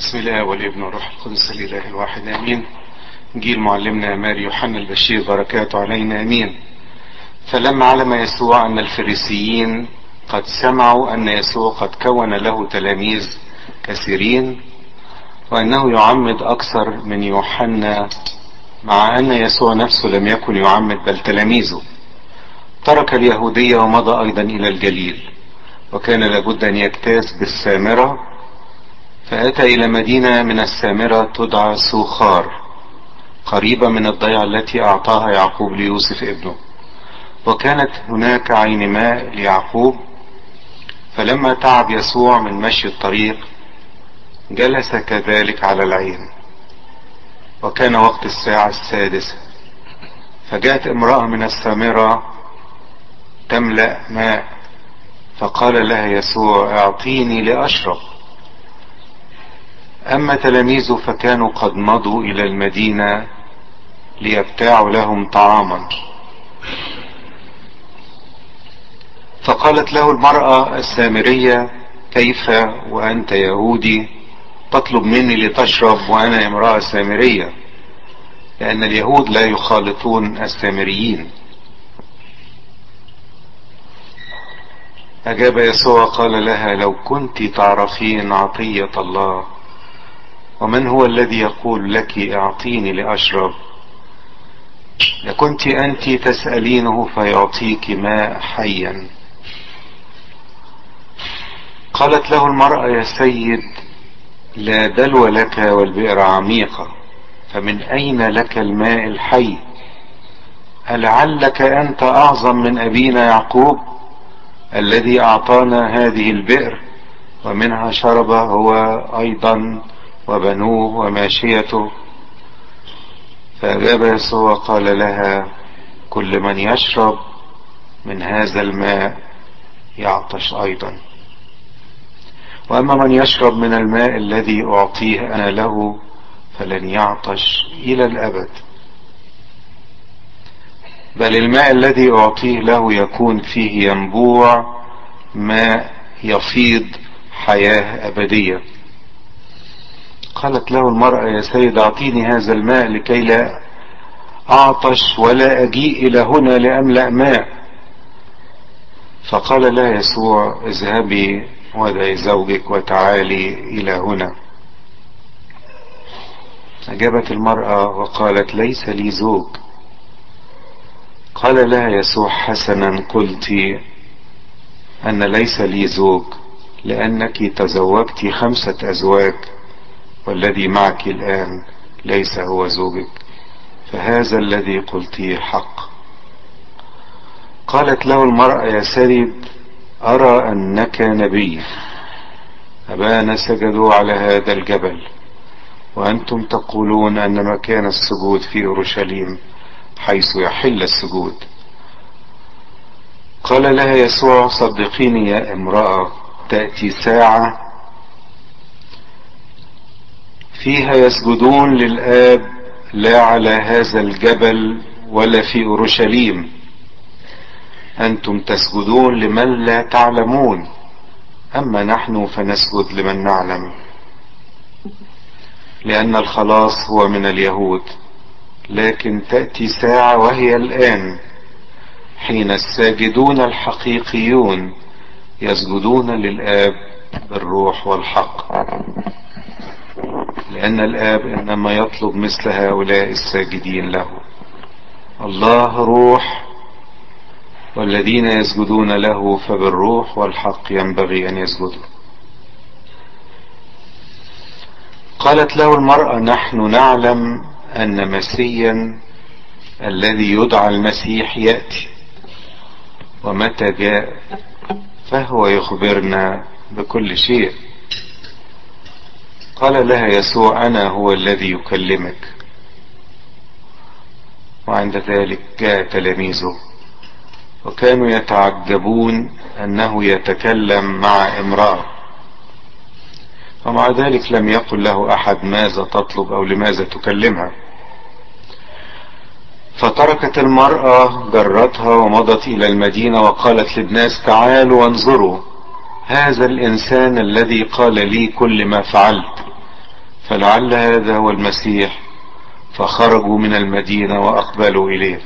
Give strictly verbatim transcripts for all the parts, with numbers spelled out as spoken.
بسم الله والابن والروح القدس الإله الواحد آمين. جيل معلمنا ماري يوحنا البشير بركاته علينا آمين. فلما علم يسوع أن الفريسيين قد سمعوا أن يسوع قد كون له تلاميذ كثيرين وأنه يعمد أكثر من يوحنا، مع أن يسوع نفسه لم يكن يعمد بل تلاميذه، ترك اليهودية ومضى أيضا إلى الجليل، وكان لابد أن يجتاز بالسامرة، فأتى إلى مدينة من السامرة تدعى سوخار، قريبة من الضيعة التي أعطاها يعقوب ليوسف ابنه، وكانت هناك عين ماء ليعقوب. فلما تعب يسوع من مشي الطريق جلس كذلك على العين، وكان وقت الساعة السادسة، فجاءت امرأة من السامرة تملأ ماء، فقال لها يسوع: اعطيني لأشرب. أما تلاميذه فكانوا قد مضوا إلى المدينة ليبتاعوا لهم طعاما. فقالت له المرأة السامرية: كيف وأنت يهودي تطلب مني لتشرب وأنا امرأة سامرية؟ لأن اليهود لا يخالطون السامريين. أجاب يسوع قال لها: لو كنت تعرفين عطية الله ومن هو الذي يقول لك اعطيني لأشرب، لكنت أنت تسألينه فيعطيك ماء حيا. قالت له المرأة: يا سيد، لا دلو لك والبئر عميقة، فمن أين لك الماء الحي؟ ألعلك أنت أعظم من أبينا يعقوب الذي أعطانا هذه البئر ومنها شرب هو أيضا وبنوه وماشيته؟ فأجاب يسوع قال لها: كل من يشرب من هذا الماء يعطش أيضا، وأما من يشرب من الماء الذي أعطيه أنا له فلن يعطش إلى الأبد، بل الماء الذي أعطيه له يكون فيه ينبوع ماء يفيض حياة أبدية. قالت له المرأة: يا سيد، أعطيني هذا الماء لكي لا أعطش ولا أجيء إلى هنا لأملأ ماء. فقال لها يسوع: اذهبي ودعي زوجك وتعالي إلى هنا. أجابت المرأة وقالت: ليس لي زوج. قال لها يسوع: حسنا قلت أن ليس لي زوج، لأنك تزوجت خمسة أزواج والذي معك الآن ليس هو زوجك، فهذا الذي قلتيه حق. قالت له المرأة: يا سيد، أرى أنك نبي. أبانا سجدوا على هذا الجبل وأنتم تقولون أن مكان السجود في أورشليم حيث يحل السجود. قال لها يسوع: صدقيني يا امرأة، تأتي ساعة فيها يسجدون للآب لا على هذا الجبل ولا في أورشليم. أنتم تسجدون لمن لا تعلمون، أما نحن فنسجد لمن نعلم، لأن الخلاص هو من اليهود. لكن تأتي ساعة وهي الآن حين الساجدون الحقيقيون يسجدون للآب بالروح والحق، لأن الآب إنما يطلب مثل هؤلاء الساجدين له. الله روح، والذين يسجدون له فبالروح والحق ينبغي أن يسجدوا. قالت له المرأة: نحن نعلم أن مسيا الذي يدعى المسيح يأتي، ومتى جاء فهو يخبرنا بكل شيء. قال لها يسوع: أنا هو الذي يكلمك. وعند ذلك جاء تلاميذه وكانوا يتعجبون أنه يتكلم مع امرأة، ومع ذلك لم يقل له أحد ماذا تطلب أو لماذا تكلمها. فتركت المرأة جرتها ومضت إلى المدينة وقالت للناس: تعالوا وانظروا هذا الإنسان الذي قال لي كل ما فعلت. فلعل هذا هو المسيح. فخرجوا من المدينة وأقبلوا إليه.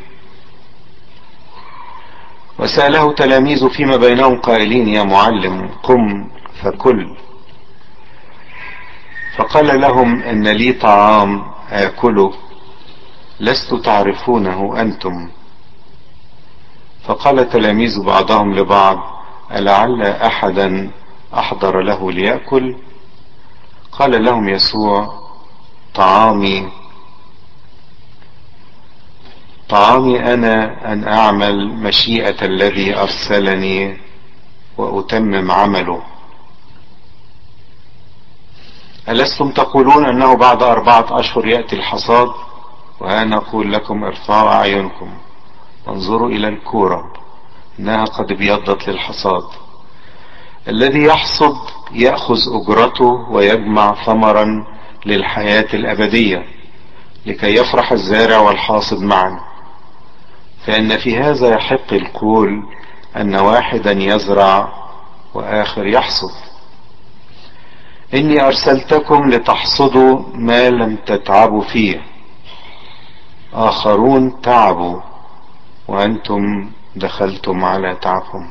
وسأله تلاميذه فيما بينهم قائلين: يا معلم، قم فكل. فقال لهم: إن لي طعام آكله لست تعرفونه أنتم. فقال تلاميذ بعضهم لبعض: ألعل أحدا أحضر له ليأكل؟ قال لهم يسوع: طعامي طعامي أنا أن أعمل مشيئة الذي أرسلني وأتمم عمله. ألستم تقولون أنه بعد أربعة أشهر يأتي الحصاد؟ وأنا أقول لكم: ارفعوا أعينكم وانظروا إلى الكورة، إنها قد ابيضت للحصاد. الذي يحصد يأخذ أجرته ويجمع ثمرا للحياة الأبدية، لكي يفرح الزارع والحاصد معا. فإن في هذا يحق القول أن واحدا يزرع وآخر يحصد. إني أرسلتكم لتحصدوا ما لم تتعبوا فيه، آخرون تعبوا وأنتم دخلتم على تعبهم.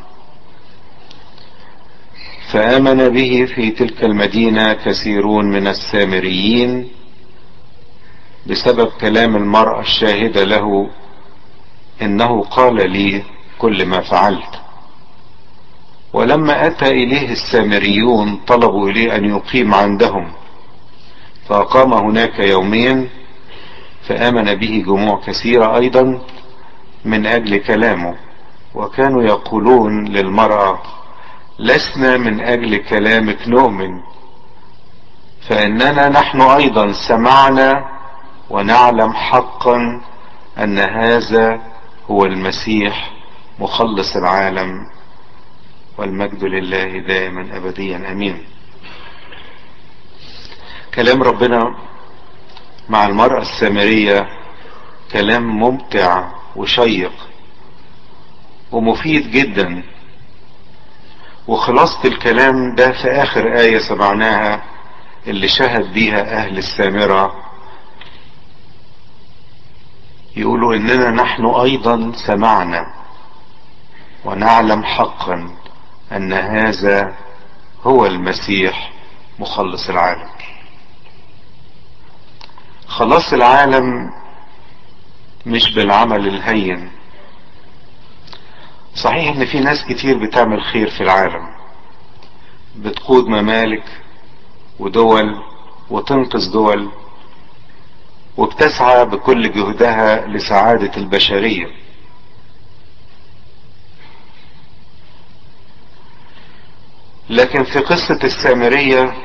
فآمن به في تلك المدينة كثيرون من السامريين بسبب كلام المرأة الشاهدة له: إنه قال لي كل ما فعلت. ولما أتى إليه السامريون طلبوا إليه أن يقيم عندهم، فأقام هناك يومين. فآمن به جموع كثيرة أيضا من أجل كلامه، وكانوا يقولون للمرأة: لسنا من أجل كلامك نؤمن، فإننا نحن أيضا سمعنا ونعلم حقا أن هذا هو المسيح مخلص العالم، والمجد لله دائما أبديا أمين. كلام ربنا مع المرأة السامرية كلام ممتع وشيق ومفيد جدا. وخلاصة الكلام ده في آخر آية سمعناها اللي شهد بيها أهل السامرة، يقولوا: إننا نحن أيضا سمعنا ونعلم حقا أن هذا هو المسيح مخلص العالم. خلاص العالم مش بالعمل الهين. صحيح ان في ناس كتير بتعمل خير في العالم، بتقود ممالك ودول وتنقذ دول، وبتسعى بكل جهدها لسعادة البشرية. لكن في قصة السامرية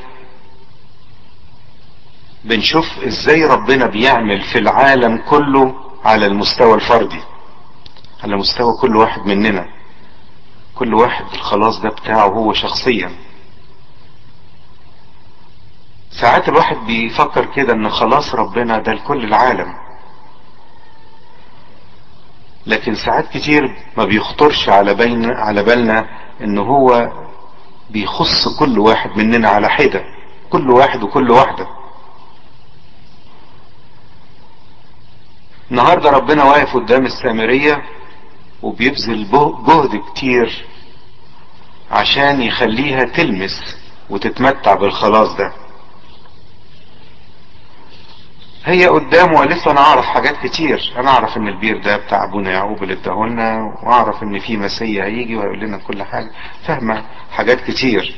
بنشوف ازاي ربنا بيعمل في العالم كله على المستوى الفردي، على مستوى كل واحد مننا. كل واحد الخلاص ده بتاعه هو شخصيا. ساعات الواحد بيفكر كده ان خلاص ربنا ده لكل العالم، لكن ساعات كتير ما بيخطرش على بين على بالنا ان هو بيخص كل واحد مننا على حدة، كل واحد وكل واحدة. النهاردة ربنا واقف قدام السامرية وبيبذل جهد كتير عشان يخليها تلمس وتتمتع بالخلاص ده. هي قدامه قالت له: انا اعرف حاجات كتير، انا اعرف ان البير ده بتاع ابونا يعقوب اللي اداهولنا، واعرف ان في مسيح هيجي وهيقول لنا كل حاجة. فاهمة حاجات كتير.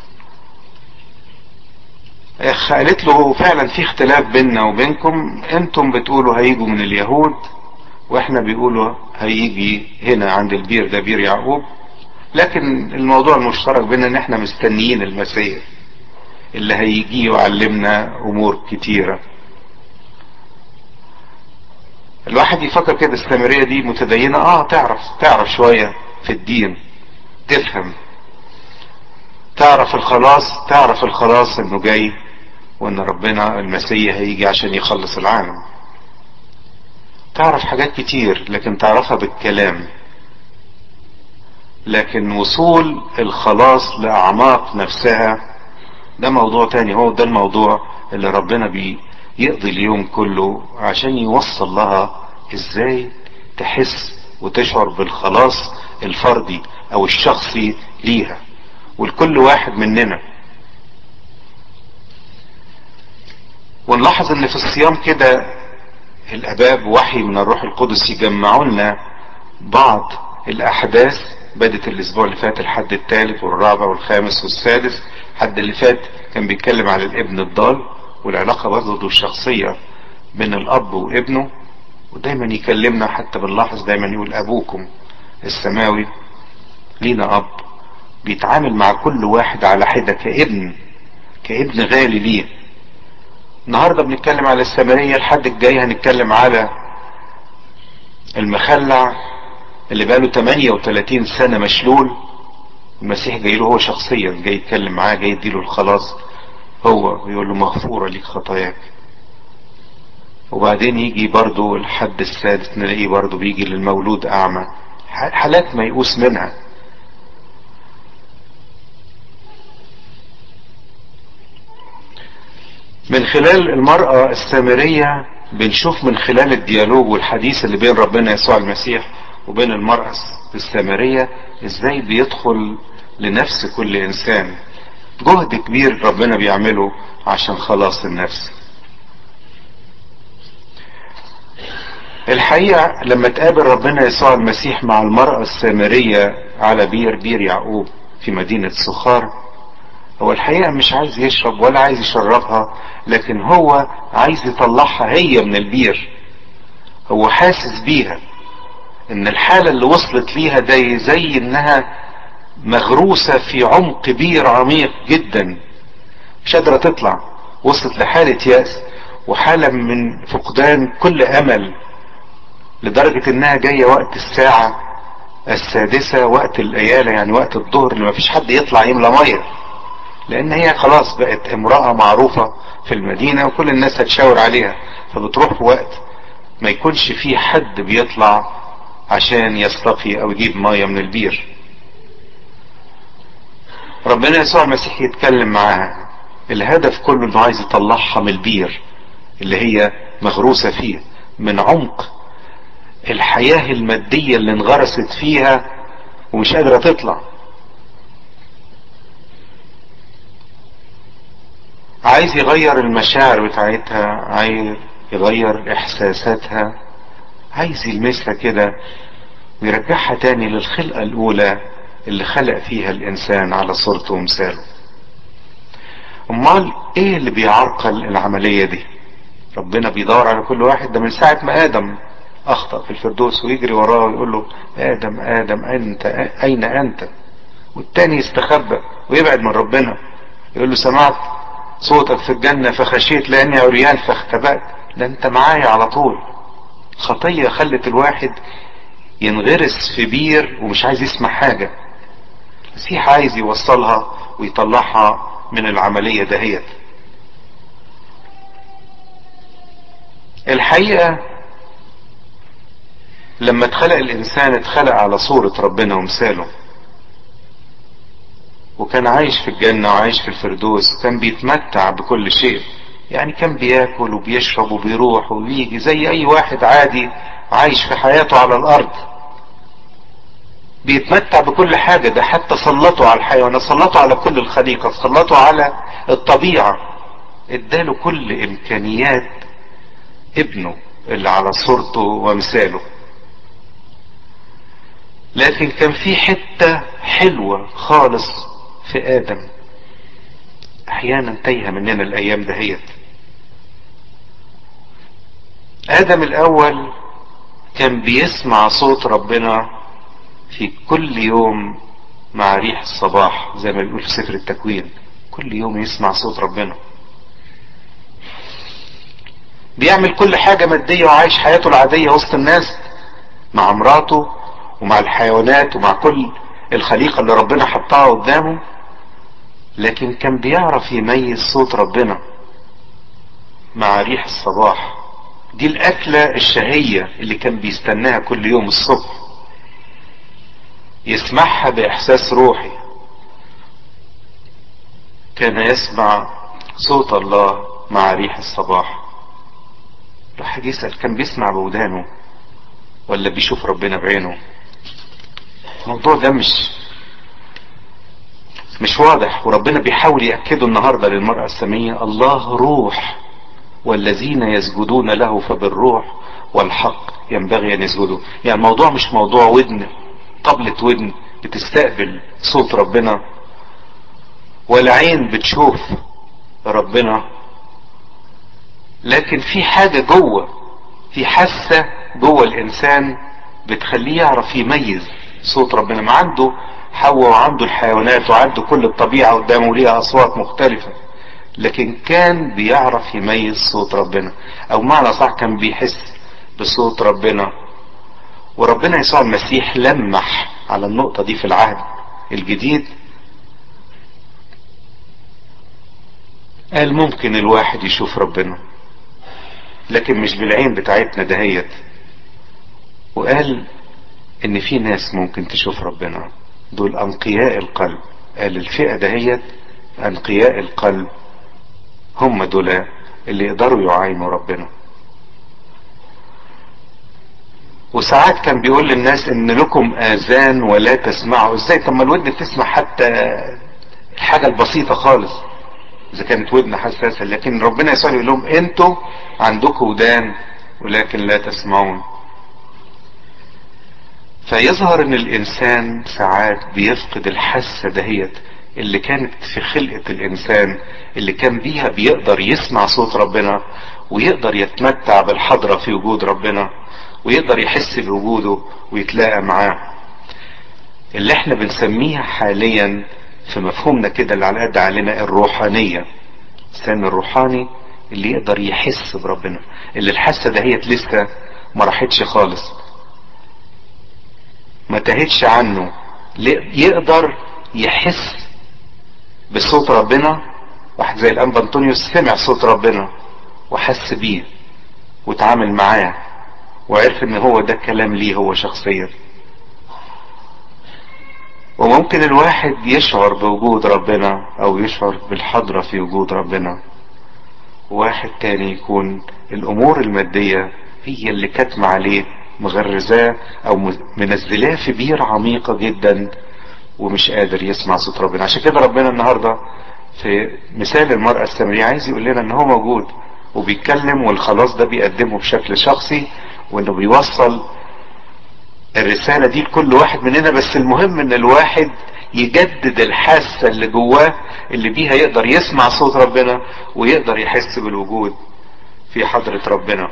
قالت له: فعلا في اختلاف بيننا وبينكم، انتم بتقولوا هيجوا من اليهود، واحنا بيقولوا هيجي هنا عند البير ده بير يعقوب. لكن الموضوع المشترك بيننا ان احنا مستنيين المسيح اللي هيجي يعلمنا امور كتيرة. الواحد يفكر كده السامرية دي متدينة، اه تعرف تعرف شوية في الدين، تفهم، تعرف الخلاص تعرف الخلاص انه جاي، وان ربنا المسيح هيجي عشان يخلص العالم. تعرف حاجات كتير لكن تعرفها بالكلام. لكن وصول الخلاص لأعماق نفسها ده موضوع تاني. هو ده الموضوع اللي ربنا بيقضي اليوم كله عشان يوصل لها ازاي تحس وتشعر بالخلاص الفردي او الشخصي ليها ولكل واحد مننا. ونلاحظ ان في الصيام كده الاباء وحي من الروح القدس يجمعوا لنا بعض الاحداث بدت الاسبوع اللي فات الحد الثالث والرابع والخامس والسادس. الحد اللي فات كان بيتكلم على الابن الضال والعلاقة برضه الشخصية بين الاب وابنه، ودايما يكلمنا حتى بنلاحظ دايما يقول ابوكم السماوي لينا اب بيتعامل مع كل واحد على حدة كابن كابن غالي ليه. النهاردة بنتكلم على السامرية، الحد الجاي هنتكلم على المخلع اللي بقاله ثمانية وثلاثين سنة مشلول. المسيح جاي له هو شخصيا، جاي يتكلم معاه، جاي يديله الخلاص هو ويقول له مغفورة ليك خطاياك. وبعدين يجي برضو الحد السادس نلاقيه برضو بيجي للمولود اعمى، حالات ما يقوس منها. من خلال المرأة السامرية بنشوف من خلال الديالوج والحديث اللي بين ربنا يسوع المسيح وبين المرأة السامرية ازاي بيدخل لنفس كل انسان. جهد كبير ربنا بيعمله عشان خلاص النفس. الحقيقة لما تقابل ربنا يسوع المسيح مع المرأة السامرية على بير بير يعقوب في مدينة سخار، هو الحقيقة مش عايز يشرب ولا عايز يشربها، لكن هو عايز يطلعها هي من البير. هو حاسس بيها ان الحالة اللي وصلت ليها ده زي انها مغروسة في عمق بير عميق جدا مش قادرة تطلع، وصلت لحالة يأس وحالة من فقدان كل امل، لدرجة انها جاية وقت الساعة السادسة وقت الايالة يعني وقت الظهر اللي مفيش حد يطلع يملى مية، لان هي خلاص بقت امرأة معروفة في المدينة وكل الناس هتشاور عليها، فبتروح في وقت ما يكونش فيه حد بيطلع عشان يستقي او يجيب مية من البير. ربنا يسوع المسيح يتكلم معاها، الهدف كله انه عايز يطلعها من البير اللي هي مغروسة فيه، من عمق الحياة المادية اللي انغرست فيها ومش قادرة تطلع. عايز يغير المشاعر بتاعتها، عايز يغير احساساتها، عايز يلمسها كده ويرجعها تاني للخلقة الاولى اللي خلق فيها الانسان على صورته ومثاله. امال ايه اللي بيعرقل العملية دي؟ ربنا بيدور على كل واحد، ده من ساعة ما ادم اخطأ في الفردوس ويجري وراه ويقول له ادم ادم انت اين انت، والتاني يستخبى ويبعد من ربنا يقول له سمعت صوتك في الجنة فخشيت لاني عريان فاختبأت. ده انت معايا على طول. خطية خلت الواحد ينغرس في بير ومش عايز يسمع حاجة. المسيح عايز يوصلها ويطلعها من العملية دهيت. الحقيقة لما اتخلق الانسان اتخلق على صورة ربنا ومثاله، وكان عايش في الجنة وعايش في الفردوس وكان بيتمتع بكل شيء، يعني كان بياكل وبيشرب وبيروح وبيجي زي اي واحد عادي عايش في حياته على الارض، بيتمتع بكل حاجة. ده حتى سلطوا على الحيوانات، سلطوا على كل الخليقة، سلطوا على الطبيعة، اداله كل امكانيات ابنه اللي على صورته ومثاله. لكن كان في حتة حلوة خالص في ادم احيانا تايهة مننا الايام دهيت. ادم الاول كان بيسمع صوت ربنا في كل يوم مع ريح الصباح زي ما بيقول في سفر التكوين، كل يوم يسمع صوت ربنا، بيعمل كل حاجة مادية وعايش حياته العادية وسط الناس مع مراته ومع الحيوانات ومع كل الخليقة اللي ربنا حطها قدامه، لكن كان بيعرف يميز صوت ربنا مع ريح الصباح. دي الأكلة الشهية اللي كان بيستناها كل يوم الصبح، يسمعها بإحساس روحي. كان يسمع صوت الله مع ريح الصباح. الواحد يسأل كان بيسمع بودانه ولا بيشوف ربنا بعينه؟ الموضوع ده مش مش واضح، وربنا بيحاول يأكده النهاردة للمرأة السامية: الله روح والذين يسجدون له فبالروح والحق ينبغي ان يسجدوا. يعني الموضوع مش موضوع ودن، طبلة ودن بتستقبل صوت ربنا، ولا عين بتشوف ربنا، لكن في حاجة جوه، في حاسة جوه الانسان بتخليه يعرف يميز صوت ربنا. ما عنده حواء وعنده الحيوانات وعنده كل الطبيعة قدامه ليها اصوات مختلفة، لكن كان بيعرف يميز صوت ربنا، او معنى صح كان بيحس بصوت ربنا. وربنا يسوع المسيح لمح على النقطة دي في العهد الجديد، قال ممكن الواحد يشوف ربنا لكن مش بالعين بتاعتنا دهيت، وقال ان في ناس ممكن تشوف ربنا، دول انقياء القلب. قال الفئة دهيت انقياء القلب، هم دول اللي يقدروا يعاينوا ربنا. وساعات كان بيقول للناس ان لكم اذان ولا تسمعوا. ازاي؟ طب ما الودن بتسمع حتى الحاجة البسيطة خالص اذا كانت ودن حساسة، لكن ربنا يسوع يقول لهم انتوا عندكم ودان ولكن لا تسمعون. فيظهر ان الانسان ساعات بيفقد الحاسة دهيت اللي كانت في خلقة الانسان، اللي كان بيها بيقدر يسمع صوت ربنا ويقدر يتمتع بالحضرة في وجود ربنا ويقدر يحس بوجوده ويتلاقى معاه، اللي احنا بنسميها حاليا في مفهومنا كده اللي على قد علينا الروحانية. الانسان الروحاني اللي يقدر يحس بربنا، اللي الحاسة دهيت لسه ما راحتش خالص، ما تهتش عنه، يقدر يحس بصوت ربنا. واحد زي الانبا انطونيوس سمع صوت ربنا وحس بيه وتعامل معاه وعرف ان هو ده كلام ليه هو شخصيا. وممكن الواحد يشعر بوجود ربنا او يشعر بالحضرة في وجود ربنا، واحد تاني يكون الامور المادية هي اللي كاتمة عليه، مغرزاه او منزلاه في بير عميقة جدا ومش قادر يسمع صوت ربنا. عشان كده ربنا النهاردة في مثال المرأة السامرية عايز يقول لنا ان هو موجود وبيتكلم، والخلاص ده بيقدمه بشكل شخصي، وانه بيوصل الرسالة دي لكل واحد مننا. بس المهم ان الواحد يجدد الحاسة اللي جواه اللي بيها يقدر يسمع صوت ربنا ويقدر يحس بالوجود في حضرة ربنا.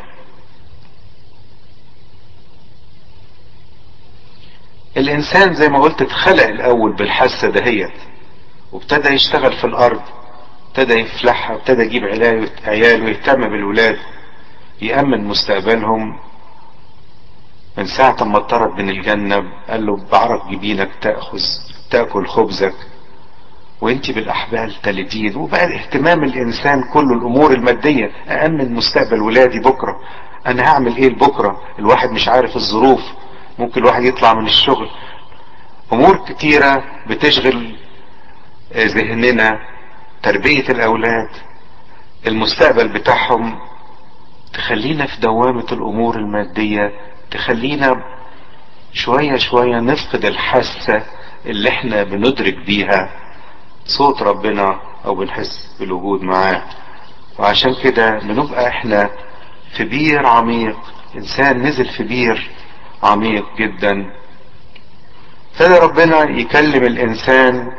الانسان زي ما قلت اتخلق الاول بالحاسة دهيت، وابتدى يشتغل في الارض، ابتدى يفلحها، ابتدى يجيب عيال ويهتم بالولاد، يأمن مستقبلهم. من ساعة ما اضطرد من الجنة قال له بعرق جبينك تأخذ تأكل خبزك وانت بالاحبال تلدين. وبقى اهتمام الانسان كله الامور المادية، أأمن مستقبل ولادي بكرة، انا هعمل ايه لبكرة؟ الواحد مش عارف الظروف، ممكن الواحد يطلع من الشغل، امور كتيرة بتشغل ذهننا، تربية الاولاد، المستقبل بتاعهم، تخلينا في دوامة الامور المادية، تخلينا شوية شوية نفقد الحاسة اللي احنا بندرك بيها صوت ربنا او بنحس بالوجود معاه. وعشان كده بنبقى احنا في بير عميق، انسان نزل في بير عميق جدا. ابتدى ربنا يكلم الانسان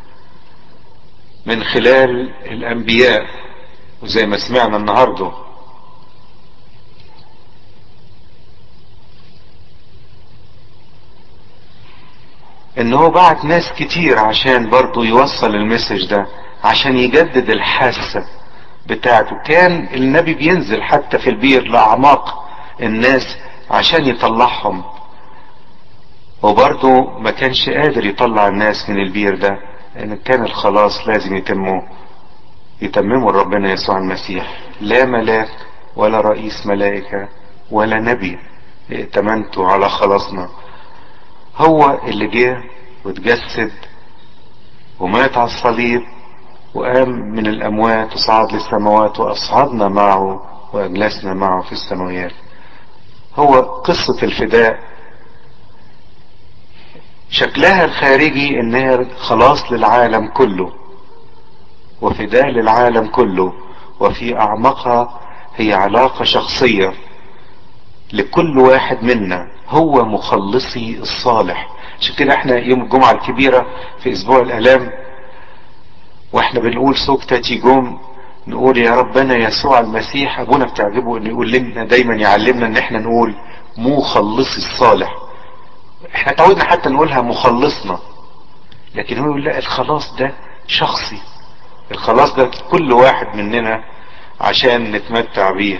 من خلال الانبياء، وزي ما سمعنا النهارده ان هو بعت ناس كتير عشان برضو يوصل المسج ده، عشان يجدد الحاسة بتاعته. كان النبي بينزل حتى في البير لاعماق الناس عشان يطلعهم، وبرضو ما كانش قادر يطلع الناس من البير ده، لان كان الخلاص لازم يتمه يتممه ربنا يسوع المسيح. لا ملاك ولا رئيس ملائكة ولا نبي ائتمنته على خلاصنا، هو اللي جه واتجسد ومات على الصليب وقام من الأموات وصعد للسماوات وأصعدنا معه وأجلسنا معه في السماوات. هو قصة الفداء شكلها الخارجي انها خلاص للعالم كله وفداء للعالم كله، وفي اعمقها هي علاقة شخصية لكل واحد منا، هو مخلصي الصالح. عشان كده احنا يوم الجمعة الكبيرة في اسبوع الالام واحنا بنقول سوكتاتي جوم نقول يا ربنا يسوع المسيح. ابونا بتعجبه انه يقول لنا دايما، يعلمنا ان احنا نقول مخلصي الصالح. احنا تعودنا حتى نقولها مخلصنا، لكن هو يقول لا، الخلاص ده شخصي، الخلاص ده كل واحد مننا عشان نتمتع بيه.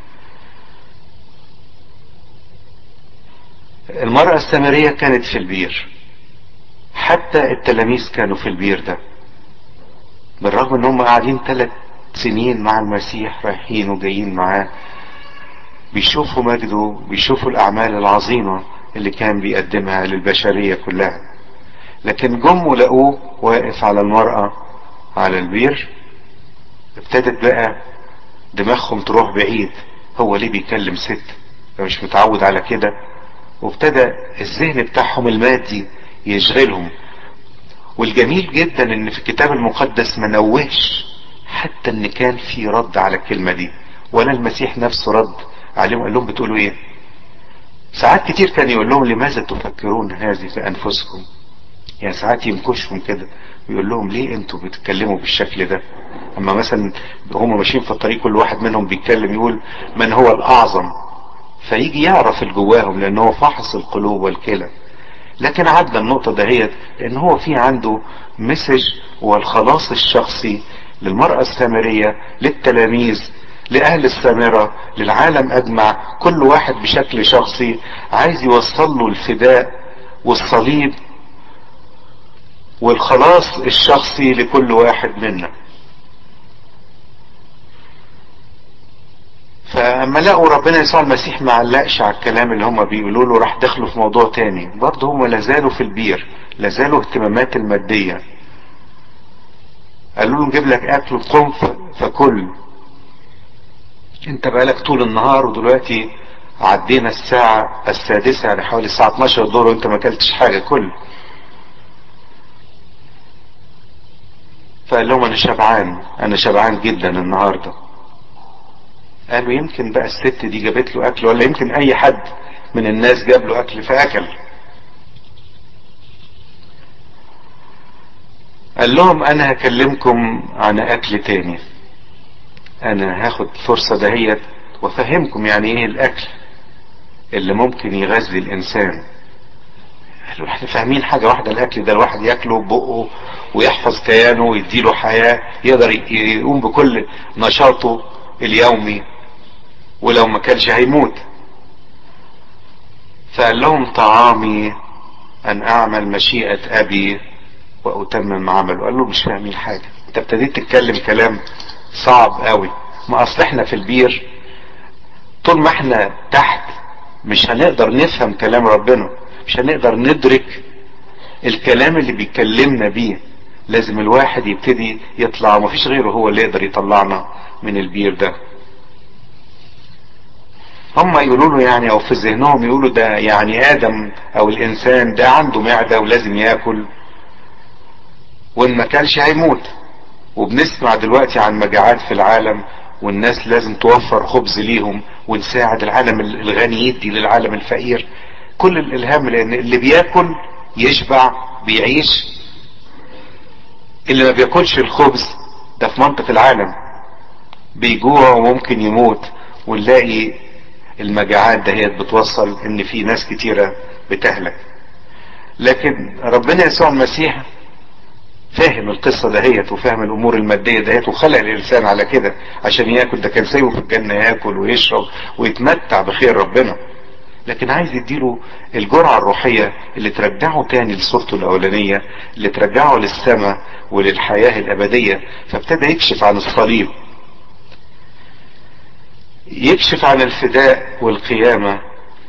المرأة السامرية كانت في البير، حتى التلاميذ كانوا في البير ده، بالرغم ان هم قاعدين ثلاث سنين مع المسيح، رايحين وجايين معاه، بيشوفوا مجده، بيشوفوا الاعمال العظيمة اللي كان بيقدمها للبشرية كلها. لكن جم ولقوه واقف على المرأة على البير، ابتدت بقى دماغهم تروح بعيد، هو ليه بيكلم ست؟ مش متعود على كده. وابتدى الذهن بتاعهم المادي يشغلهم. والجميل جدا ان في الكتاب المقدس ما نوهش حتى ان كان في رد على الكلمة دي، ولا المسيح نفسه رد عليهم قال لهم بتقولوا ايه. ساعات كتير كان يقول لهم لماذا تفكرون هذه في انفسكم، يعني ساعات ينكشهم كده ويقول لهم ليه انتوا بتتكلموا بالشكل ده. اما مثلا هم ماشيين في الطريق كل واحد منهم بيتكلم يقول من هو الاعظم، فيجي يعرف الجواهم لان هو فحص القلوب والكلى. لكن عدى النقطة دهيت لان هو في عنده مسج، والخلاص الشخصي للمرأة السامرية، للتلاميذ، لأهل السامرة، للعالم أجمع، كل واحد بشكل شخصي عايز يوصل له الفداء والصليب والخلاص الشخصي لكل واحد منا. فاما لقوا ربنا يسوع المسيح ما علقش على الكلام اللي هم بيقولوا له، راح دخلوا في موضوع تاني. برضه هم لازالوا في البير، لازالوا اهتمامات المادية. قالوا له نجيب لك اكل قم فكل، انت بقالك طول النهار ودلوقتي عدينا الساعة السادسة، يعني حوالي الساعة اتناشر الظهر وانت ما اكلتش حاجة، كل. فقال لهم انا شبعان، انا شبعان جدا النهارده. قالوا يمكن بقى الست دي جابت له اكل، ولا يمكن اي حد من الناس جاب له اكل فاكل. قال لهم انا هكلمكم عن اكل تاني، انا هاخد فرصة دهيت وافهمكم يعني ايه الاكل اللي ممكن يغذي الانسان. قالوا احنا فاهمين حاجة واحدة، الاكل ده الواحد ياكله ببقه ويحفظ كيانه ويديله حياة، يقدر يقوم بكل نشاطه اليومي، ولو ما كانش هيموت. فقال لهم طعامي ان اعمل مشيئة ابي واتمم عمله. قال له مش فاهمين حاجة، انت ابتديت تتكلم كلام صعب قوي. ما اصل احنا في البير طول ما احنا تحت مش هنقدر نفهم كلام ربنا، مش هنقدر ندرك الكلام اللي بيكلمنا بيه. لازم الواحد يبتدي يطلع، ومفيش غيره هو اللي يقدر يطلعنا من البير ده. هم يقولوا له يعني، او في ذهنهم يقولوا ده يعني ادم او الانسان ده عنده معدة ولازم ياكل، وان ما كانش هيموت. وبنسمع دلوقتي عن مجاعات في العالم، والناس لازم توفر خبز ليهم، ونساعد العالم الغني يدي للعالم الفقير. كل الالهام لان اللي بياكل يشبع بيعيش، اللي ما بياكلش الخبز ده في منطق العالم بيجوع وممكن يموت. ونلاقي المجاعات دهيت بتوصل ان في ناس كتيرة بتهلك. لكن ربنا يسوع المسيح فاهم القصة دهيت وفاهم الامور المادية دهيت، وخلق الانسان على كده عشان ياكل. ده كان سايبه في الجنة ياكل ويشرب ويتمتع بخير ربنا، لكن عايز يديله الجرعة الروحية اللي ترجعه تاني لصورته الاولانية، اللي ترجعه للسماء وللحياة الابدية. فابتدى يكشف عن الصليب، يكشف عن الفداء والقيامة،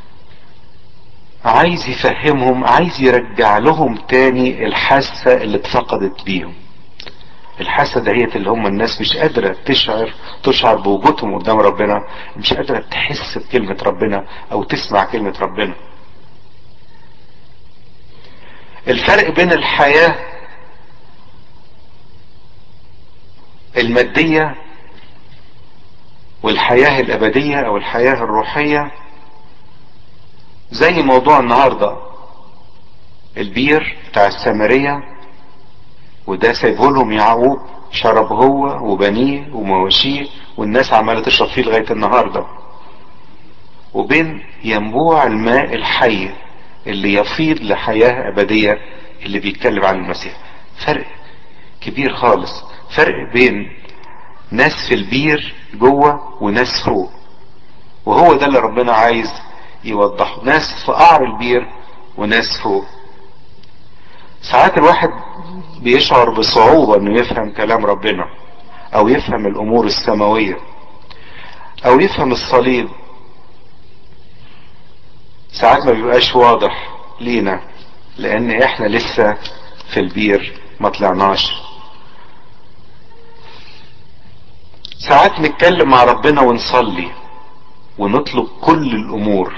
عايز يفهمهم، عايز يرجع لهم تاني الحاسة اللي اتفقدت بيهم. الحاسة دهيت اللي هم الناس مش قادرة تشعر تشعر بوجودهم قدام ربنا، مش قادرة تحس بكلمة ربنا او تسمع كلمة ربنا. الفرق بين الحياة المادية والحياة الابدية او الحياة الروحية زي موضوع النهاردة، البير بتاع السامرية، وده سايبه لهم يعقوب شرب هو وبنيه ومواشيه، والناس عمالة تشرب فيه لغاية النهاردة. وبين ينبوع الماء الحي اللي يفيض لحياة ابدية اللي بيتكلم عن المسيح. فرق كبير خالص، فرق بين ناس في البير جوه وناس فوق، وهو ده اللي ربنا عايز يوضحه، ناس في قعر البير وناس فوق. ساعات الواحد بيشعر بصعوبة انه يفهم كلام ربنا او يفهم الامور السماوية او يفهم الصليب، ساعات ما بيبقاش واضح لينا لان احنا لسه في البير ما طلعناش. ساعات نتكلم مع ربنا ونصلي ونطلب كل الامور،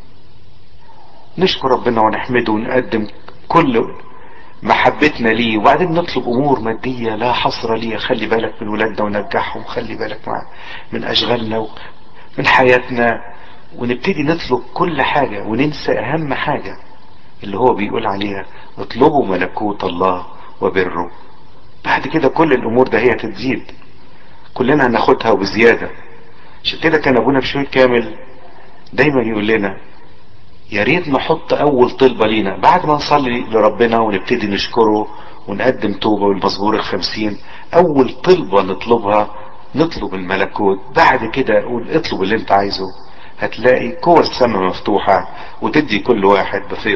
نشكر ربنا ونحمده ونقدم كل محبتنا ليه، وبعدين نطلب امور مادية لا حصر ليها، خلي بالك من ولادنا ونجحهم، خلي بالك مع من اشغالنا ومن حياتنا، ونبتدي نطلب كل حاجة وننسى اهم حاجة اللي هو بيقول عليها اطلبوا ملكوت الله وبره. بعد كده كل الامور ده هي تتزيد، كلنا هناخدها وبزيادة. عشان كده كان ابونا بشوي كامل دايما يقول لنا يا ريت نحط اول طلبة لينا بعد ما نصلي لربنا ونبتدي نشكره ونقدم توبة والمزمور الخمسين، اول طلبة نطلبها نطلب الملكوت. بعد كده قول اطلب اللي انت عايزه، هتلاقي قوى السماء مفتوحة وتدي كل واحد بفيض.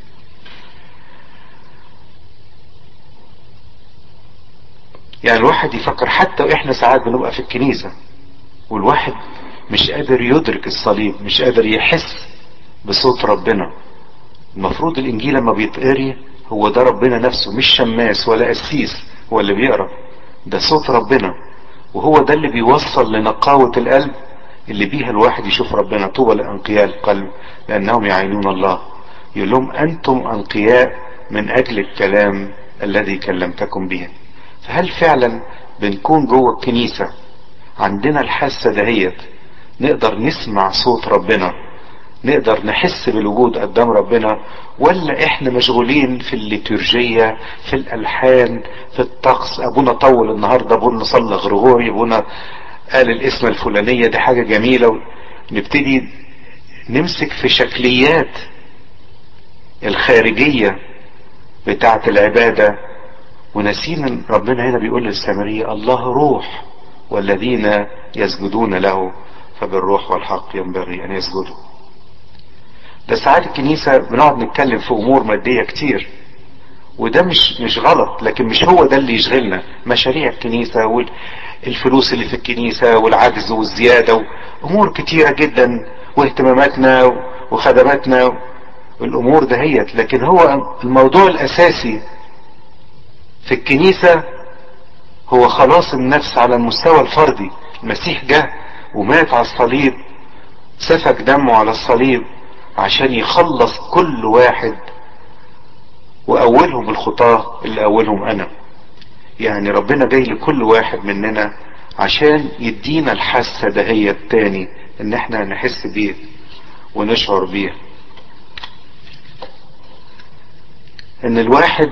يعني الواحد يفكر حتى واحنا ساعات بنبقى في الكنيسة والواحد مش قادر يدرك الصليب، مش قادر يحس بصوت ربنا. المفروض الانجيل لما بيتقري هو ده ربنا نفسه، مش شماس ولا قسيس هو اللي بيقرا، ده صوت ربنا، وهو ده اللي بيوصل لنقاوة القلب اللي بيها الواحد يشوف ربنا. طوبى لانقياء القلب لانهم يعينون الله. يقول لهم انتم انقياء من اجل الكلام الذي كلمتكم به. فهل فعلا بنكون جوه الكنيسة عندنا الحاسة دهيت، نقدر نسمع صوت ربنا، نقدر نحس بالوجود قدام ربنا، ولا احنا مشغولين في الليتورجية، في الالحان، في الطقس؟ ابونا طول النهاردة، ابونا صلى غرغوري، ابونا قال الاسم الفلانية، دي حاجة جميلة، نبتدي نمسك في شكليات الخارجية بتاعة العبادة، ونسينا ربنا هنا بيقول للسامرية الله روح والذين يسجدون له فبالروح والحق ينبغي ان يسجدوا. ده ساعات الكنيسة بنقعد نتكلم في امور مادية كتير، وده مش مش غلط، لكن مش هو ده اللي يشغلنا. مشاريع الكنيسة والفلوس اللي في الكنيسة والعجز والزيادة وامور كتيرة جدا، واهتماماتنا وخدماتنا والامور دهيت. لكن هو الموضوع الاساسي في الكنيسة هو خلاص النفس على المستوى الفردي. المسيح جه ومات على الصليب، سفك دمه على الصليب عشان يخلص كل واحد، واولهم الخطاة اللي اولهم انا. يعني ربنا جاي لكل واحد مننا عشان يدينا الحاسة دهية التاني، ان احنا نحس بيه ونشعر بيه، ان الواحد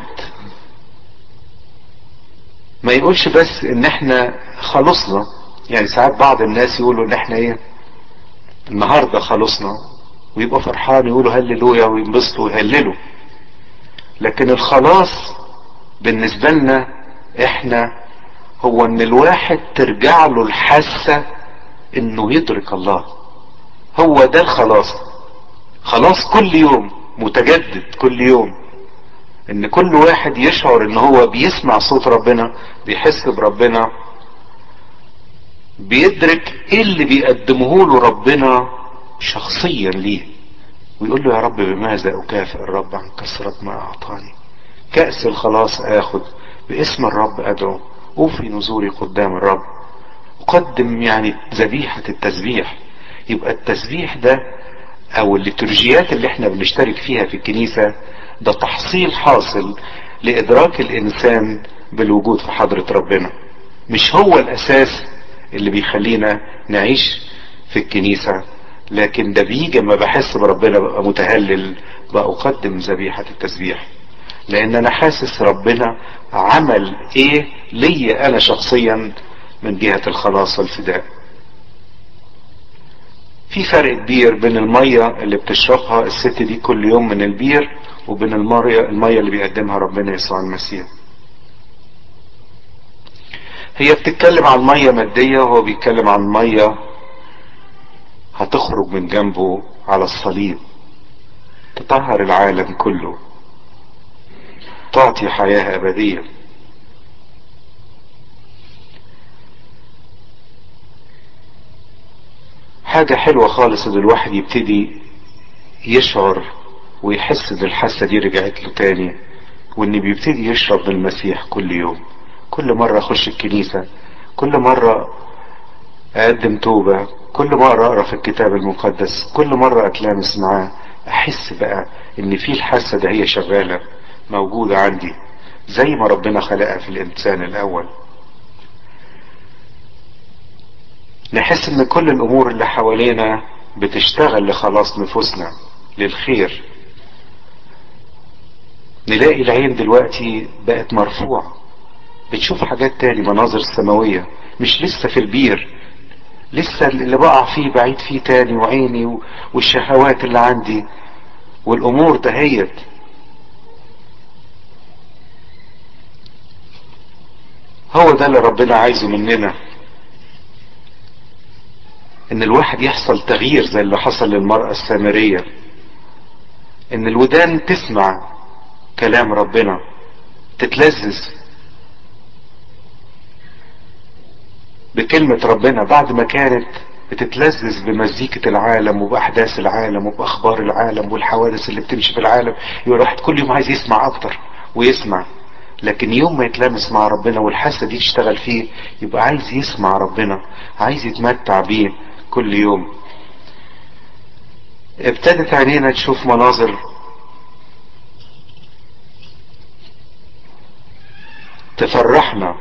ما يقولش بس ان احنا خلصنا. يعني ساعات بعض الناس يقولوا ان احنا ايه النهاردة خلصنا، ويبقى فرحان يقولوا هللويا وينبسطوا ويهللوا، لكن الخلاص بالنسبة لنا احنا هو ان الواحد ترجع له الحاسة انه يدرك الله. هو ده الخلاص، خلاص كل يوم متجدد، كل يوم ان كل واحد يشعر ان هو بيسمع صوت ربنا، بيحس بربنا، بيدرك ايه اللي بيقدمه له ربنا شخصيا ليه، ويقول له يا رب بماذا اكافئ الرب عن كثرة ما اعطاني؟ كأس الخلاص اخد، باسم الرب ادعو، اوفي نذوري قدام الرب. اقدم يعني ذبيحة التسبيح. يبقى التسبيح ده او الليتورجيات اللي احنا بنشترك فيها في الكنيسة ده تحصيل حاصل لادراك الانسان بالوجود في حضرة ربنا، مش هو الاساس اللي بيخلينا نعيش في الكنيسة، لكن ده بيجي اما بحس بربنا ببقى متهلل، بقدم ذبيحة التسبيح، لان انا حاسس ربنا عمل ايه ليا انا شخصيا من جهة الخلاص والفداء. في فرق كبير بين المية اللي بتشربها الست دي كل يوم من البير وبين المية المية اللي بيقدمها ربنا يسوع المسيح. هي بتتكلم عن مية مادية وهو بيتكلم عن مية هتخرج من جنبه على الصليب تطهر العالم كله، تعطي حياة أبدية. حاجة حلوة خالص ان الواحد يبتدي يشعر ويحس ان الحاسة دي رجعت له تاني، وان بيبتدي يشرب من المسيح كل يوم. كل مرة اخش الكنيسة، كل مرة اقدم توبة، كل مرة اقرا في الكتاب المقدس، كل مرة اتلامس معاه، احس بقى ان في الحاسة ده هي شغالة موجودة عندي زي ما ربنا خلقها في الانسان الاول. نحس ان كل الامور اللي حوالينا بتشتغل لخلاص نفوسنا للخير. نلاقي العين دلوقتي بقت مرفوعة، بتشوف حاجات تاني، مناظر سماوية، مش لسه في البير، لسه اللي بقع فيه بعيد فيه تاني، وعيني والشهوات اللي عندي والامور دهيت. هو ده اللي ربنا عايزه مننا، ان الواحد يحصل تغيير زي اللي حصل للمرأة السامرية، ان الودان تسمع كلام ربنا، تتلذذ بكلمة ربنا بعد ما كانت بتتلذذ بمزيكة العالم وبأحداث العالم وبأخبار العالم والحوادث اللي بتمشي في العالم. يبقى الواحد كل يوم عايز يسمع أكتر ويسمع، لكن يوم ما يتلامس مع ربنا والحاسة دي تشتغل فيه يبقى عايز يسمع ربنا، عايز يتمتع بيه كل يوم. ابتدت عينينا تشوف مناظر تفرحنا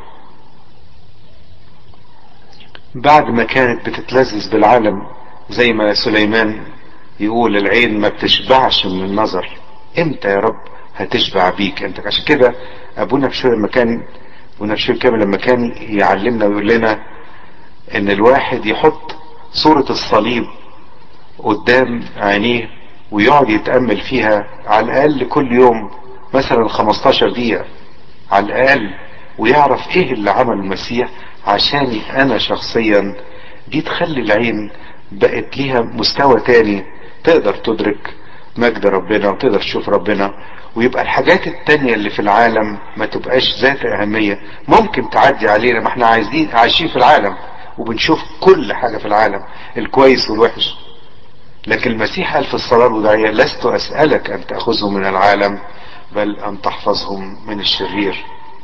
بعد ما كانت بتتلذذ بالعالم. زي ما سليمان يقول العين ما بتشبعش من النظر، امتى يا رب هتشبع بيك انت؟ عشان كده ابونا بشوي لما كان ابونا بشوي كامل لما كان يعلمنا ويقول لنا ان الواحد يحط صورة الصليب قدام عينيه ويقعد يتأمل فيها على الاقل كل يوم مثلا خمستاشر دقيقة على الاقل، ويعرف ايه اللي عمل المسيح عشاني انا شخصيا. دي تخلي العين بقت ليها مستوى تاني، تقدر تدرك مجد ربنا وتقدر تشوف ربنا، ويبقى الحاجات التانية اللي في العالم ما تبقاش ذات اهمية. ممكن تعدي علينا، ما احنا عايزين عايشين في العالم وبنشوف كل حاجة في العالم الكويس والوحش، لكن المسيح قال في الصلاة الوداعية لست اسألك ان تأخذهم من العالم بل ان تحفظهم من الشرير.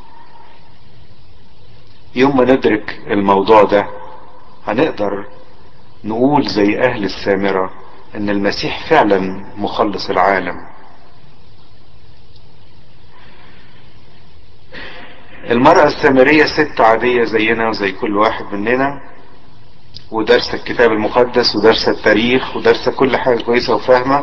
يوم ما ندرك الموضوع ده هنقدر نقول زي اهل السامرة ان المسيح فعلا مخلص العالم. المرأة السامرية ست عادية زينا وزي كل واحد مننا، ودارسة الكتاب المقدس ودارسة التاريخ ودارسة كل حاجة كويسة وفاهمة،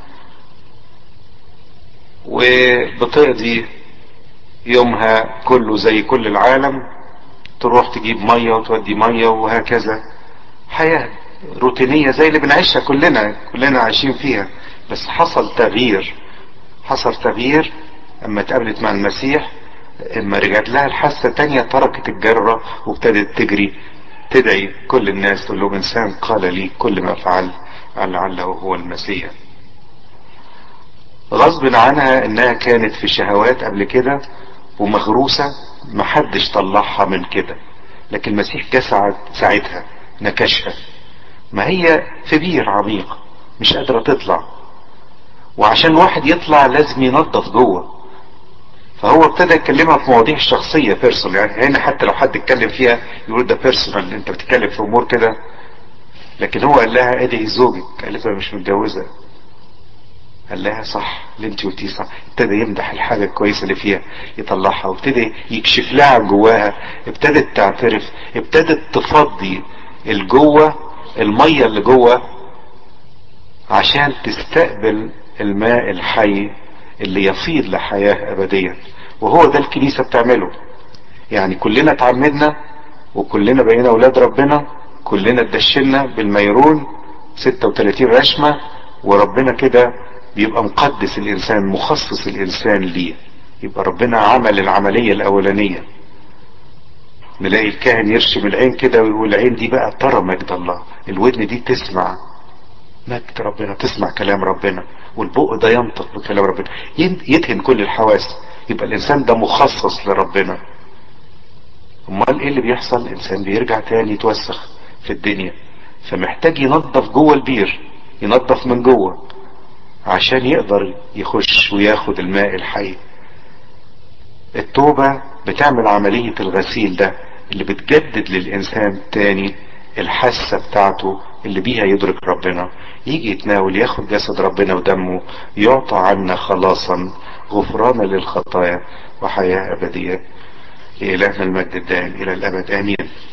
وبتقضي يومها كله زي كل العالم، تروح تجيب مية وتودي مية وهكذا، حياة روتينية زي اللي بنعيشها كلنا كلنا عايشين فيها. بس حصل تغيير، حصل تغيير اما اتقابلت مع المسيح، اما رجعت لها الحاسة تانية تركت الجرة وابتدت تجري تدعي كل الناس تقول لهم انسان قال لي كل ما فعل لعله هو المسيح. غصب عنها انها كانت في شهوات قبل كده ومغروسة، محدش طلعها من كده، لكن المسيح جه ساعتها نكشها. ما هي في بير عميق مش قادرة تطلع، وعشان واحد يطلع لازم ينظف جوه، فهو ابتدى يكلمها في مواضيع شخصية بيرسونال، يعني هنا حتى لو حد اتكلم فيها يقول ده بيرسونال، انت بتتكلم في امور كده. لكن هو قال لها ادي زوجك، قالت له مش متجوزة. قال لها صح اللي انت قلتيه صح. ابتدى يمدح الحاجة الكويسة اللي فيها، يطلعها، وابتدى يكشف لها عن جواها. ابتدت تعترف، ابتدت تفضي الجوه، المية اللي جوه، عشان تستقبل الماء الحي اللي يفيض لحياة ابدية. وهو ده الكنيسة بتعمله. يعني كلنا اتعمدنا، وكلنا بقينا اولاد ربنا، كلنا اتدشنا بالميرون ستة وتلاتين رشمة، وربنا كده بيبقى مقدس الانسان، مخصص الانسان ليه. يبقى ربنا عمل العملية الاولانية. نلاقي الكاهن يرشم العين كده ويقول العين دي بقى ترى مجد الله، الودن دي تسمع مجد ربنا، تسمع كلام ربنا، والبق ده ينطق بكلام ربنا، يدهن كل الحواس. يبقى الانسان ده مخصص لربنا. امال ايه اللي بيحصل؟ الانسان بيرجع تاني يتوسخ في الدنيا، فمحتاج ينظف جوه البير، ينظف من جوه عشان يقدر يخش وياخد الماء الحي. التوبة بتعمل عملية الغسيل ده، اللي بتجدد للإنسان تاني الحاسة بتاعته اللي بيها يدرك ربنا، يجي يتناول، ياخد جسد ربنا ودمه، يعطى عنا خلاصا، غفرانا للخطايا، وحياة أبدية. لإلهنا المجد الدائم إلى الأبد آمين.